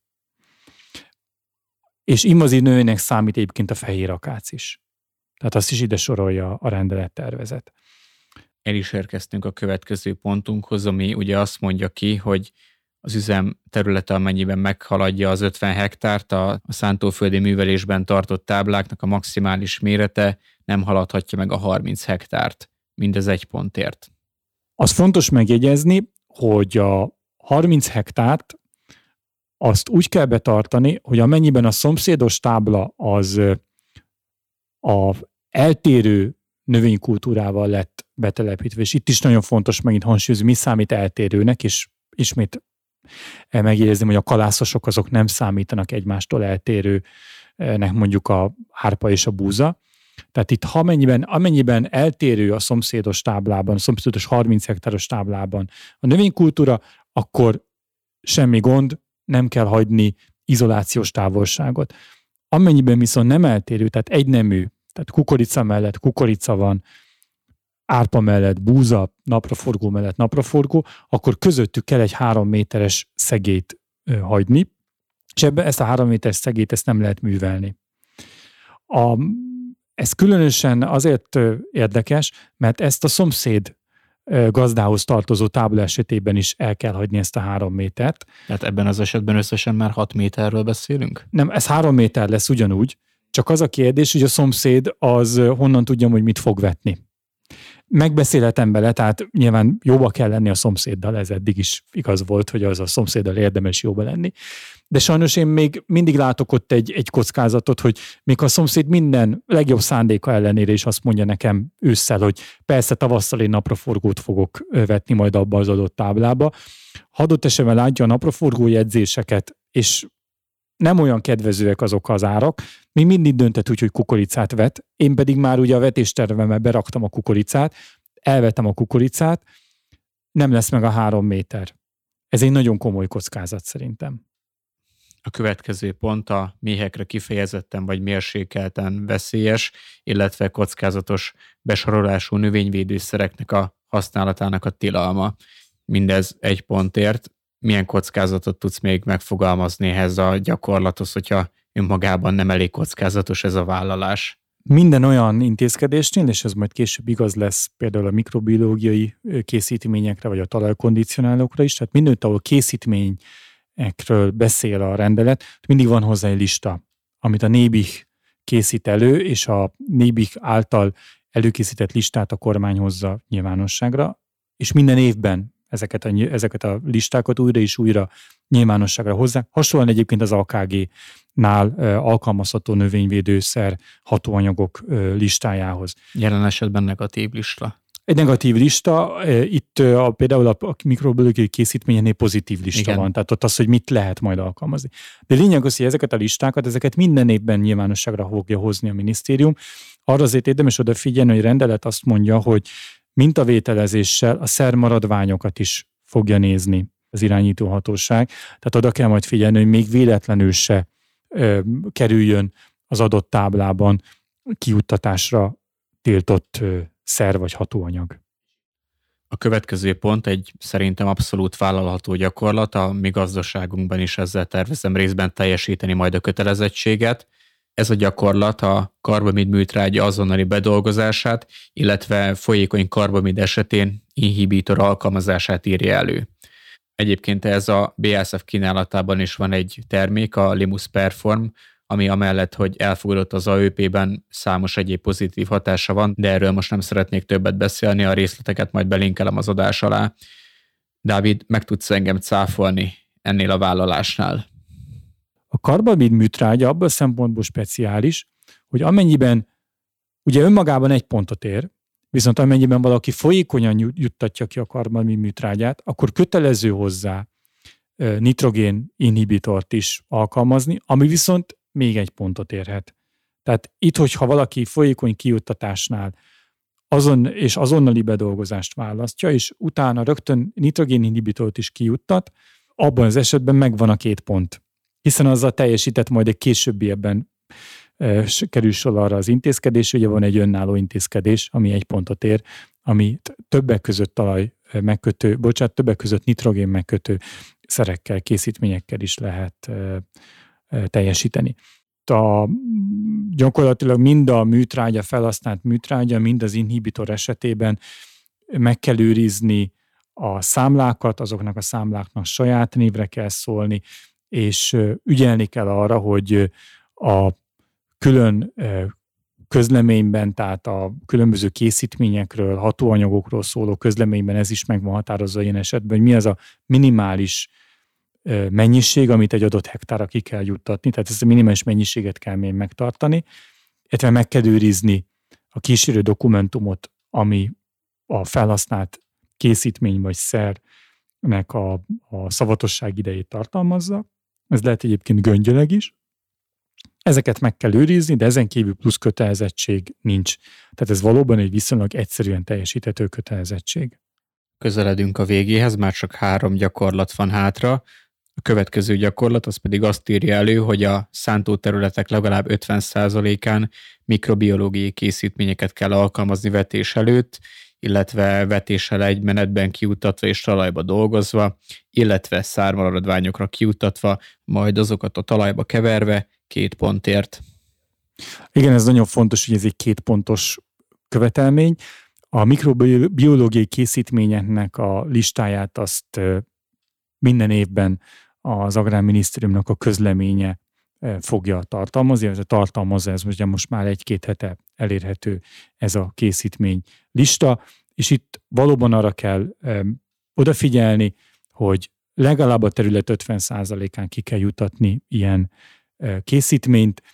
És invazív növénynek számít egyébként a fehér akác is. Tehát azt is ide sorolja a rendelettervezet. El is érkeztünk a következő pontunkhoz, ami ugye azt mondja ki, hogy az üzem területe, amennyiben meghaladja az 50 hektárt, a szántóföldi művelésben tartott tábláknak a maximális mérete nem haladhatja meg a 30 hektárt. Mindez 1 pontért. Az fontos megjegyezni, hogy a 30 hektárt azt úgy kell betartani, hogy amennyiben a szomszédos tábla az a eltérő növénykultúrával lett betelepítve, és itt is nagyon fontos megint hangsúlyozni, mi számít eltérőnek, és ismét megjegyezni, hogy a kalászosok azok nem számítanak egymástól eltérőnek mondjuk a hárpa és a búza. Tehát itt amennyiben eltérő a szomszédos táblában, a szomszédos 30 hektáros táblában a növénykultúra, akkor semmi gond, nem kell hagyni izolációs távolságot. Amennyiben viszont nem eltérő, tehát egynemű, tehát kukorica mellett kukorica van, árpa mellett búza, napraforgó mellett napraforgó, akkor közöttük kell egy 3 méteres szegélyt hagyni, és ezt a 3 méteres szegélyt ezt nem lehet művelni. Ez különösen azért érdekes, mert ezt a szomszéd gazdához tartozó tábla esetében is el kell hagyni ezt a 3 métert. Tehát ebben az esetben összesen már 6 méterről beszélünk? Nem, ez 3 méter lesz ugyanúgy, csak az a kérdés, hogy a szomszéd az honnan tudja, hogy mit fog vetni. Megbeszélhetem bele, tehát nyilván jóba kell lenni a szomszéddal, ez eddig is igaz volt, hogy az a szomszéddal érdemes jóba lenni. De sajnos én még mindig látok ott egy kockázatot, hogy még a szomszéd minden legjobb szándéka ellenére is azt mondja nekem ősszel, hogy persze tavasszal én napraforgót fogok vetni majd abba az adott táblába. Ha adott esetben látja a napraforgó jegyzéseket, és nem olyan kedvezőek azok az árak, még mindig döntött úgy, hogy kukoricát vet, én pedig már ugye a vetéstervemmel beraktam a kukoricát, elvetem a kukoricát, nem lesz meg a 3 méter. Ez egy nagyon komoly kockázat szerintem. A következő pont a méhekre kifejezetten vagy mérsékelten veszélyes, illetve kockázatos besorolású növényvédőszereknek a használatának a tilalma. Mindez 1 pontért. Milyen kockázatot tudsz még megfogalmazni ehhez a gyakorlathoz, hogyha önmagában nem elég kockázatos ez a vállalás? Minden olyan intézkedésnél, és ez majd később igaz lesz például a mikrobiológiai készítményekre, vagy a talajkondicionálókra is, tehát mindent, ahol készítményekről beszél a rendelet, mindig van hozzá egy lista, amit a NÉBIH készít elő, és a NÉBIH által előkészített listát a kormány hozza nyilvánosságra, és minden évben ezeket a listákat újra és újra nyilvánosságra hozzá. Hasonlóan egyébként az AKG-nál alkalmazható növényvédőszer hatóanyagok listájához. Jelen esetben negatív lista. Egy negatív lista, itt például a mikrobiológiai készítményeknél pozitív lista Igen. van, tehát ott az, hogy mit lehet majd alkalmazni. De lényeg az, hogy ezeket a listákat, ezeket minden évben nyilvánosságra fogja hozni a minisztérium. Arra azért érdemes odafigyelni, hogy rendelet azt mondja, hogy mintavételezéssel a szermaradványokat is fogja nézni az irányító hatóság. Tehát oda kell majd figyelni, hogy még véletlenül se kerüljön az adott táblában kijuttatásra tiltott szer vagy hatóanyag. A következő pont egy szerintem abszolút vállalható gyakorlat, a mi gazdaságunkban is ezzel tervezem részben teljesíteni majd a kötelezettséget. Ez a gyakorlat a karbamid műtrágya azonnali bedolgozását, illetve folyékony karbamid esetén inhibitor alkalmazását írja elő. Egyébként ez a BASF kínálatában is van egy termék, a Limus Perform, ami amellett, hogy elfogadott az AÖP-ben, számos egyéb pozitív hatása van, de erről most nem szeretnék többet beszélni, a részleteket majd belinkelem az adás alá. Dávid, meg tudsz engem cáfolni ennél a vállalásnál? A karbamid műtrágya abban a szempontból speciális, hogy amennyiben ugye önmagában egy pontot ér, viszont amennyiben valaki folyékonyan juttatja ki a karbamid műtrágyát, akkor kötelező hozzá nitrogén inhibitort is alkalmazni, ami viszont még egy pontot érhet. Tehát itt, hogyha valaki folyékony kijuttatásnál azonnali bedolgozást választja, és utána rögtön nitrogén inhibitort is kijuttat, abban az esetben megvan a 2 pont. Hiszen azzal teljesített majd egy későbbiekben kerül sor arra az intézkedés, ugye van egy önálló intézkedés, ami 1 pontot ér, ami többek között többek között nitrogén megkötő szerekkel, készítményekkel is lehet teljesíteni. Gyakorlatilag mind a műtrágya, felhasznált műtrágya, mind az inhibitor esetében meg kell őrizni a számlákat, azoknak a számláknak saját névre kell szólni, és ügyelni kell arra, hogy a külön közleményben, tehát a különböző készítményekről, hatóanyagokról szóló közleményben ez is meg van határozva ilyen esetben, hogy mi az a minimális mennyiség, amit egy adott hektárra ki kell juttatni, tehát ezt a minimális mennyiséget kell még megtartani, illetve meg kell őrizni a kísérő dokumentumot, ami a felhasznált készítmény vagy szernek a szavatosság idejét tartalmazza. Ez lehet egyébként göngyöleg is. Ezeket meg kell őrizni, de ezen kívül plusz kötelezettség nincs. Tehát ez valóban egy viszonylag egyszerűen teljesíthető kötelezettség. Közeledünk a végéhez, már csak 3 gyakorlat van hátra. A következő gyakorlat az pedig azt írja elő, hogy a szántóterületek legalább 50%-án mikrobiológiai készítményeket kell alkalmazni vetés előtt, illetve vetéssel egy menetben kijuttatva és talajba dolgozva, illetve szármaradványokra kijuttatva, majd azokat a talajba keverve 2 pontért. Igen, ez nagyon fontos, hogy ez egy 2 pontos követelmény. A mikrobiológiai készítményeknek a listáját azt minden évben az Agrárminisztériumnak a közleménye fogja tartalmazni, ez tartalmazza, ez most már 1-2 hete elérhető ez a készítmény lista, és itt valóban arra kell odafigyelni, hogy legalább a terület 50%-án ki kell jutatni ilyen készítményt.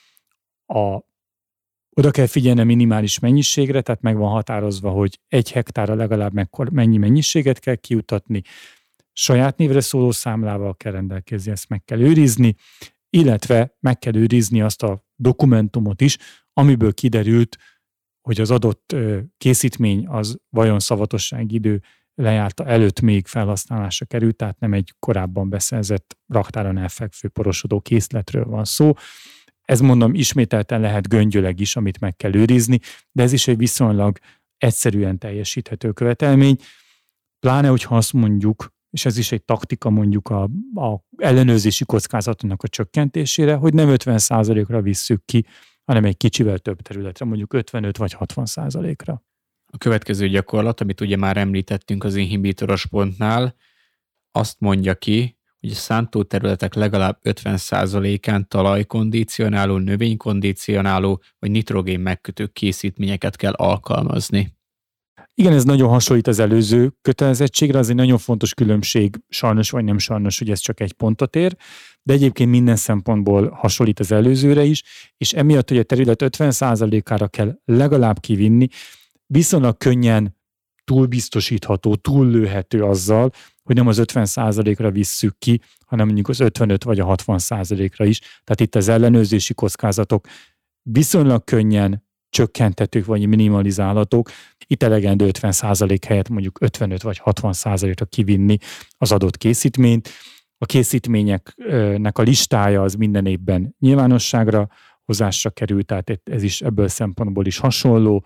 Oda kell figyelni a minimális mennyiségre, tehát meg van határozva, hogy 1 hektárra legalább mennyi mennyiséget kell kijutatni, saját névre szóló számlával kell rendelkezni, ezt meg kell őrizni, illetve meg kell őrizni azt a dokumentumot is, amiből kiderült, hogy az adott készítmény az vajon szavatossági idő lejárta előtt még felhasználásra került, tehát nem egy korábban beszerzett raktáron elfekvő porosodó készletről van szó. Ez mondom, ismételten lehet göngyöleg is, amit meg kell őrizni, de ez is egy viszonylag egyszerűen teljesíthető követelmény. Pláne, hogyha azt mondjuk, és ez is egy taktika mondjuk a ellenőrzési kockázatnak a csökkentésére, hogy nem 50%-ra visszük ki hanem egy kicsivel több területre, mondjuk 55 vagy 60%-ra. A következő gyakorlat, amit ugye már említettünk az inhibitoros pontnál, azt mondja ki, hogy a szántóterületek legalább 50%-án talajkondicionáló, növénykondicionáló vagy nitrogén megkötő készítményeket kell alkalmazni. Igen, ez nagyon hasonlít az előző kötelezettségre, az egy nagyon fontos különbség, sajnos vagy nem sajnos, hogy ez csak egy pontot ér, de egyébként minden szempontból hasonlít az előzőre is, és emiatt, hogy a terület 50%-ára kell legalább kivinni, viszonylag könnyen túlbiztosítható, túllőhető azzal, hogy nem az 50%-ra visszük ki, hanem mondjuk az 55 vagy a 60%-ra is. Tehát itt az ellenőrzési kockázatok viszonylag könnyen csökkenthetők vagy minimalizálhatók. Itt elegendő 50% helyett mondjuk 55 vagy 60%-ra kivinni az adott készítményt. A készítményeknek a listája az minden évben nyilvánosságra hozásra kerül, tehát ez is ebből szempontból is hasonló,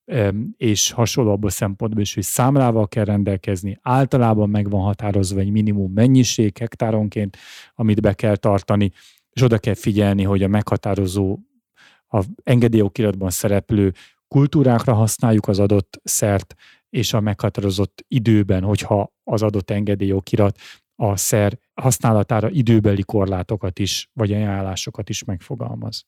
és hasonló abból szempontból is, hogy számlával kell rendelkezni, általában meg van határozva egy minimum mennyiség hektáronként, amit be kell tartani, és oda kell figyelni, hogy a meghatározó, a engedélyokiratban szereplő kultúrákra használjuk az adott szert, és a meghatározott időben, hogyha az adott engedélyokirat a szer használatára időbeli korlátokat is, vagy ajánlásokat is megfogalmaz.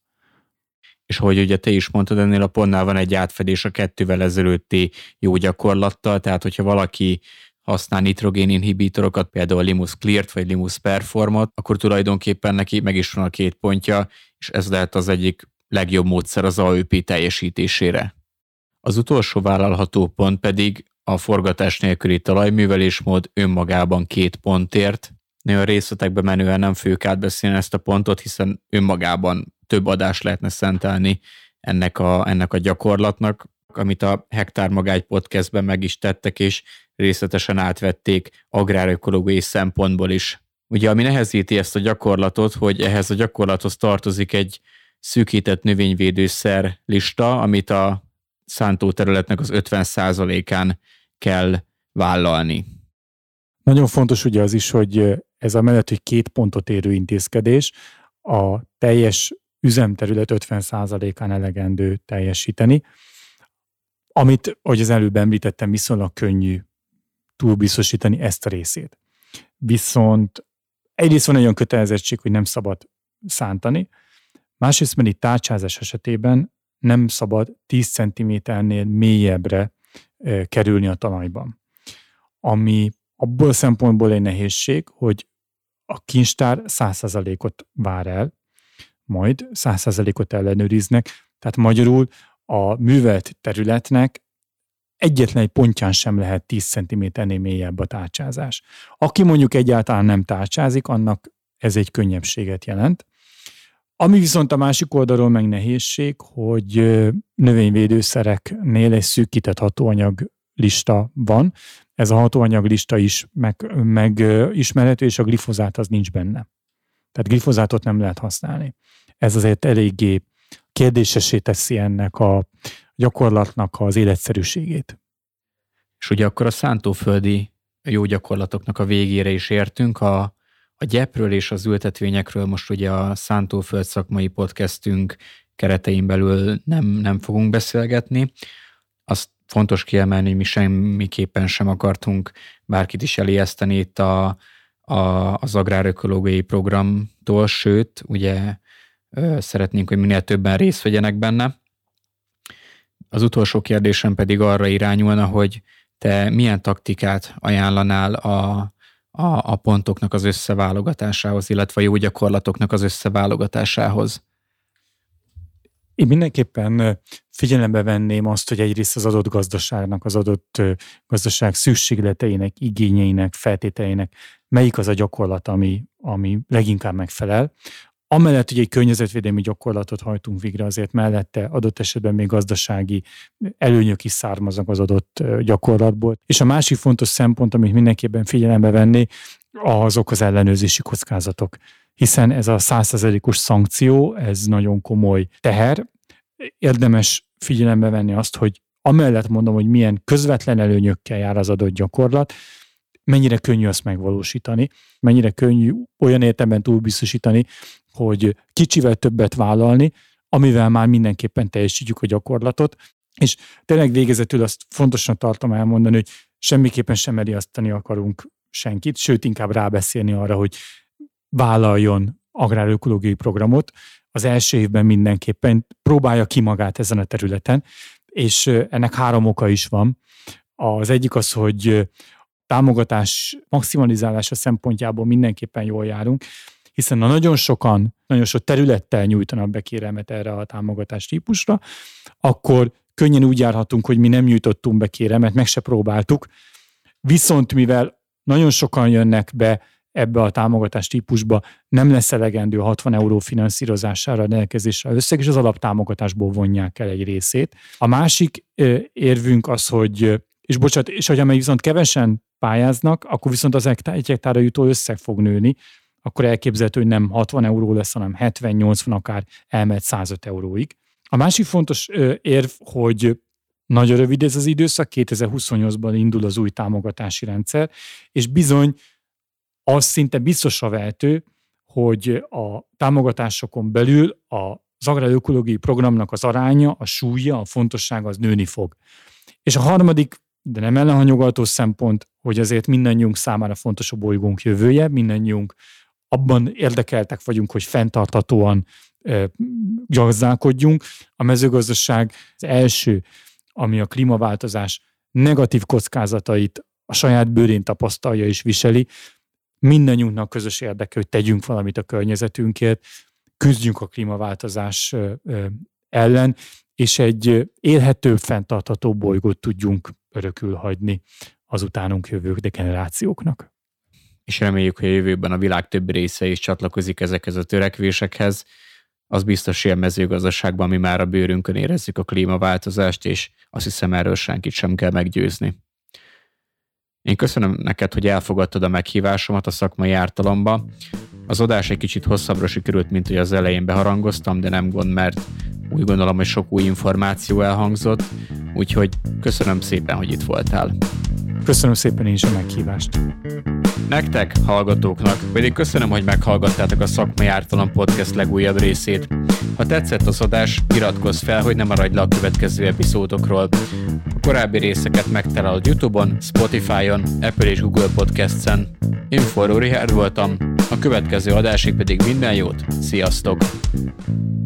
És ahogy ugye te is mondtad, ennél a pontnál van egy átfedés a 2-vel ezelőtti jó gyakorlattal, tehát hogyha valaki használ nitrogén inhibitorokat, például Limus Cleart vagy Limus Performot, akkor tulajdonképpen neki meg is van a 2 pontja, és ez lehet az egyik legjobb módszer az AÖP teljesítésére. Az utolsó vállalható pont pedig a forgatás nélküli talajművelésmód önmagában 2 pontért. Nagyon részletekbe menően nem fogjuk átbeszélni ezt a pontot, hiszen önmagában több adást lehetne szentelni ennek a gyakorlatnak, amit a Hektár Magágy podcastben meg is tettek, és részletesen átvették agrárökológiai szempontból is. Ugye ami nehezíti ezt a gyakorlatot, hogy ehhez a gyakorlathoz tartozik egy szűkített növényvédőszer lista, amit a szántóterületnek az 50%-án kell vállalni. Nagyon fontos ugye az is, hogy ez a mellett, hogy 2 pontot érő intézkedés, a teljes üzemterület 50%-án elegendő teljesíteni, amit, ahogy az előbb említettem, viszonylag könnyű túlbiztosítani ezt a részét. Viszont egyrészt van egy olyan kötelezettség, hogy nem szabad szántani, másrészt pedig tárcsázás esetében nem szabad 10 cm-nél mélyebbre kerülni a talajban. Ami abból a szempontból egy nehézség, hogy a kincstár 100%-ot vár el, majd 100%-ot ellenőriznek, tehát magyarul a művelt területnek egyetlen egy pontján sem lehet 10 cm-nél mélyebb a tárcsázás. Aki mondjuk egyáltalán nem tárcsázik, annak ez egy könnyebbséget jelent. Ami viszont a másik oldalról meg nehézség, hogy növényvédőszereknél egy szűkített hatóanyag lista van. Ez a hatóanyag lista is megismerhető, és a glifozát az nincs benne. Tehát glifozátot nem lehet használni. Ez azért eléggé kérdésessé teszi ennek a gyakorlatnak az életszerűségét. És ugye akkor a szántóföldi jó gyakorlatoknak a végére is értünk. A gyepről és az ültetvényekről most ugye a Szántóföld szakmai podcastünk keretein belül nem fogunk beszélgetni. Azt fontos kiemelni, hogy mi semmiképpen sem akartunk bárkit is elijeszteni itt az agrárökológiai programtól, sőt, ugye szeretnénk, hogy minél többen részt vegyenek benne. Az utolsó kérdésem pedig arra irányulna, hogy te milyen taktikát ajánlanál a pontoknak az összeválogatásához, illetve a jó gyakorlatoknak az összeválogatásához? Én mindenképpen figyelembe venném azt, hogy egyrészt az adott gazdaságnak, az adott gazdaság szükségleteinek, igényeinek, feltételeinek melyik az a gyakorlat, ami leginkább megfelel. Amellett, hogy egy környezetvédelmi gyakorlatot hajtunk végre, azért mellette adott esetben még gazdasági előnyök is származnak az adott gyakorlatból. És a másik fontos szempont, amit mindenképpen figyelembe venni, azok az ellenőrzési kockázatok. Hiszen ez a 100%-os szankció, ez nagyon komoly teher. Érdemes figyelembe venni azt, hogy amellett mondom, hogy milyen közvetlen előnyökkel jár az adott gyakorlat, mennyire könnyű azt megvalósítani, mennyire könnyű olyan értelemben túlbiztosítani, hogy kicsivel többet vállalni, amivel már mindenképpen teljesítjük a gyakorlatot. És tényleg végezetül azt fontosnak tartom elmondani, hogy semmiképpen sem riasztani akarunk senkit, sőt inkább rábeszélni arra, hogy vállaljon agrárökológiai programot. Az első évben mindenképpen próbálja ki magát ezen a területen, és ennek 3 oka is van. Az egyik az, hogy támogatás maximalizálása szempontjából mindenképpen jól járunk, hiszen nagyon sok területtel nyújtanak be kérelmet erre a támogatás típusra, akkor könnyen úgy járhatunk, hogy mi nem nyújtottunk be kérelmet, meg se próbáltuk, viszont mivel nagyon sokan jönnek be ebbe a támogatás típusba, nem lesz elegendő 60 euró finanszírozására rendelkezésre összeg, és az alaptámogatásból vonják el egy részét. A másik érvünk az, hogy hogyha viszont kevesen pályáznak, akkor viszont az 1 hektárra jutó összeg fog nőni, akkor elképzelhető, hogy nem 60 euró lesz, hanem 70-80, akár elmehet 105 euróig. A másik fontos érv, hogy nagyon rövid ez az időszak, 2028-ban indul az új támogatási rendszer, és bizony az szinte biztosra vehető, hogy a támogatásokon belül az agrárökológiai programnak az aránya, a súlya, a fontossága az nőni fog. És a harmadik, de nem ellenhanyagolható szempont, hogy azért mindannyiunk számára fontos a bolygónk jövője, mindannyiunk abban érdekeltek vagyunk, hogy fenntarthatóan gazdálkodjunk. A mezőgazdaság az első, ami a klímaváltozás negatív kockázatait a saját bőrén tapasztalja és viseli. Mindannyiunknak közös érdeke, hogy tegyünk valamit a környezetünkért, küzdjünk a klímaváltozás ellen, és egy élhetőbb, fenntartható bolygót tudjunk örökül hagyni az utánunk jövő generációknak. És reméljük, hogy a jövőben a világ többi része is csatlakozik ezekhez a törekvésekhez. Az biztos, hogy a mezőgazdaságban mi már a bőrünkön érezzük a klímaváltozást, és azt hiszem, erről senkit sem kell meggyőzni. Én köszönöm neked, hogy elfogadtad a meghívásomat a szakmai ártalomba. Az adás egy kicsit hosszabbra sikerült, mint hogy az elején beharangoztam, de nem gond, mert úgy gondolom, hogy sok új információ elhangzott, úgyhogy köszönöm szépen, hogy itt voltál. Köszönöm szépen én is a meghívást. Nektek, hallgatóknak pedig köszönöm, hogy meghallgattátok a Szakmai Ártalom Podcast legújabb részét. Ha tetszett az adás, iratkozz fel, hogy ne maradj le a következő epizódokról. A korábbi részeket megtalálod YouTube-on, Spotify-on, Apple és Google Podcasts-en. Én Forró Richárd voltam, a következő adásig pedig minden jót, sziasztok!